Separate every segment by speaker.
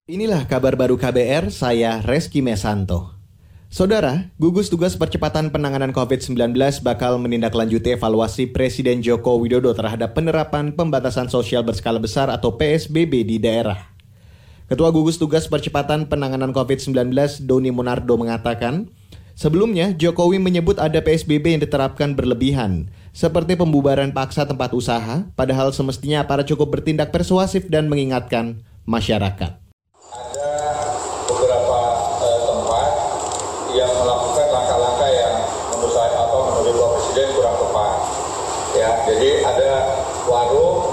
Speaker 1: Inilah kabar baru KBR, saya Reski Mesanto. Saudara, gugus tugas percepatan penanganan COVID-19 bakal menindaklanjuti evaluasi Presiden Joko Widodo terhadap penerapan pembatasan sosial berskala besar atau PSBB di daerah. Ketua gugus tugas percepatan penanganan COVID-19 Doni Monardo mengatakan, sebelumnya Jokowi menyebut ada PSBB yang diterapkan berlebihan, seperti pembubaran paksa tempat usaha, padahal semestinya aparat cukup bertindak persuasif dan mengingatkan masyarakat.
Speaker 2: Yang melakukan langkah-langkah yang menurut saya atau menurut Bapak Presiden kurang tepat. Ya, jadi ada warung,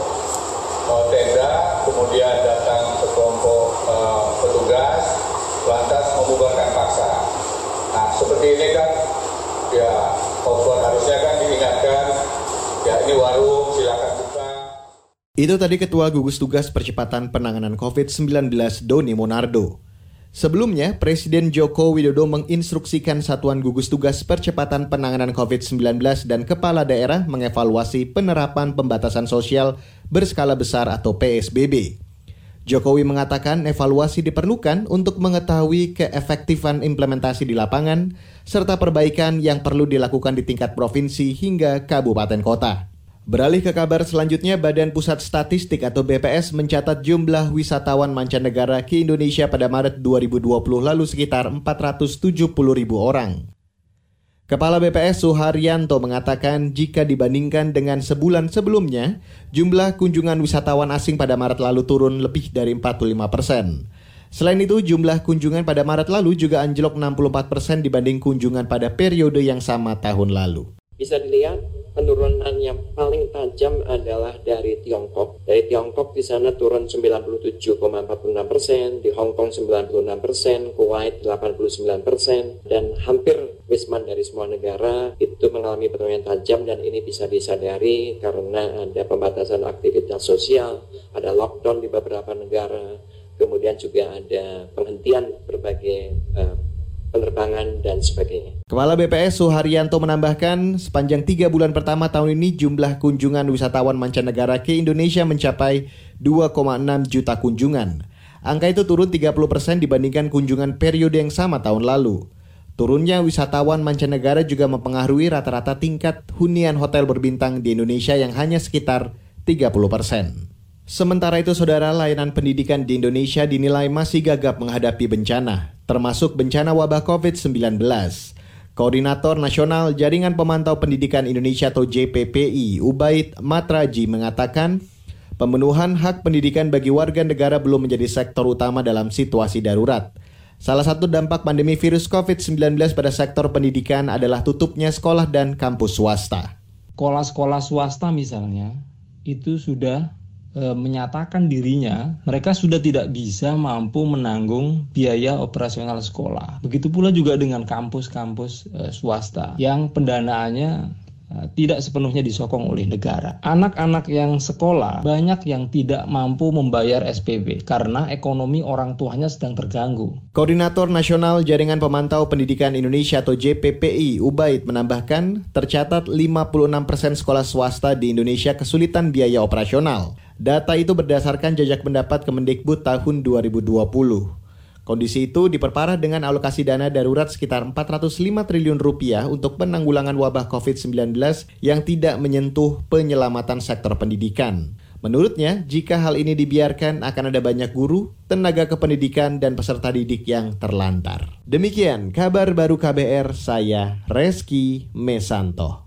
Speaker 2: tenda, kemudian datang sekelompok petugas, lantas membubarkan paksa. Nah, seperti ini kan, ya, harusnya kan diingatkan, ya ini warung, silakan buka.
Speaker 1: Itu tadi Ketua Gugus Tugas Percepatan Penanganan COVID-19 Doni Monardo. Sebelumnya, Presiden Joko Widodo menginstruksikan Satuan Gugus Tugas Percepatan Penanganan COVID-19 dan Kepala Daerah mengevaluasi penerapan pembatasan sosial berskala besar atau PSBB. Jokowi mengatakan evaluasi diperlukan untuk mengetahui keefektifan implementasi di lapangan, serta perbaikan yang perlu dilakukan di tingkat provinsi hingga kabupaten kota. Beralih ke kabar selanjutnya, Badan Pusat Statistik atau BPS mencatat jumlah wisatawan mancanegara ke Indonesia pada Maret 2020 lalu sekitar 470.000 orang. Kepala BPS Suharyanto mengatakan jika dibandingkan dengan sebulan sebelumnya, jumlah kunjungan wisatawan asing pada Maret lalu turun lebih dari 45%. Selain itu, jumlah kunjungan pada Maret lalu juga anjlok 64% dibanding kunjungan pada periode yang sama tahun lalu.
Speaker 3: Bisa dilihat penurunan yang paling tajam adalah dari Tiongkok. Dari Tiongkok di sana turun 97,46%, di Hong Kong 96%, Kuwait 89%, dan hampir wisman dari semua negara itu mengalami penurunan tajam, dan ini bisa disadari karena ada pembatasan aktivitas sosial, ada lockdown di beberapa negara, kemudian juga ada penghentian berbagai penerbangan dan sebagainya.
Speaker 1: Kepala BPS Suharyanto menambahkan, sepanjang 3 bulan pertama tahun ini jumlah kunjungan wisatawan mancanegara ke Indonesia mencapai 2,6 juta kunjungan. Angka itu turun 30% dibandingkan kunjungan periode yang sama tahun lalu. Turunnya wisatawan mancanegara juga mempengaruhi rata-rata tingkat hunian hotel berbintang di Indonesia yang hanya sekitar 30%. Sementara itu, saudara, layanan pendidikan di Indonesia dinilai masih gagap menghadapi bencana, termasuk bencana wabah COVID-19. Koordinator Nasional Jaringan Pemantau Pendidikan Indonesia atau JPPI, Ubaid Matraji mengatakan, pemenuhan hak pendidikan bagi warga negara belum menjadi sektor utama dalam situasi darurat. Salah satu dampak pandemi virus COVID-19 pada sektor pendidikan adalah tutupnya sekolah dan kampus swasta.
Speaker 4: Sekolah-sekolah swasta misalnya, itu sudah menyatakan dirinya mereka sudah tidak bisa mampu menanggung biaya operasional sekolah. Begitu pula juga dengan kampus-kampus swasta yang pendanaannya tidak sepenuhnya disokong oleh negara. Anak-anak yang sekolah banyak yang tidak mampu membayar SPP karena ekonomi orang tuanya sedang terganggu.
Speaker 1: Koordinator Nasional Jaringan Pemantau Pendidikan Indonesia atau JPPI, Ubaid menambahkan, tercatat 56% sekolah swasta di Indonesia kesulitan biaya operasional. Data itu berdasarkan jajak pendapat Kemendikbud tahun 2020. Kondisi itu diperparah dengan alokasi dana darurat sekitar 405 triliun rupiah untuk penanggulangan wabah COVID-19 yang tidak menyentuh penyelamatan sektor pendidikan. Menurutnya, jika hal ini dibiarkan akan ada banyak guru, tenaga kependidikan, dan peserta didik yang terlantar. Demikian kabar baru KBR, saya Reski Mesanto.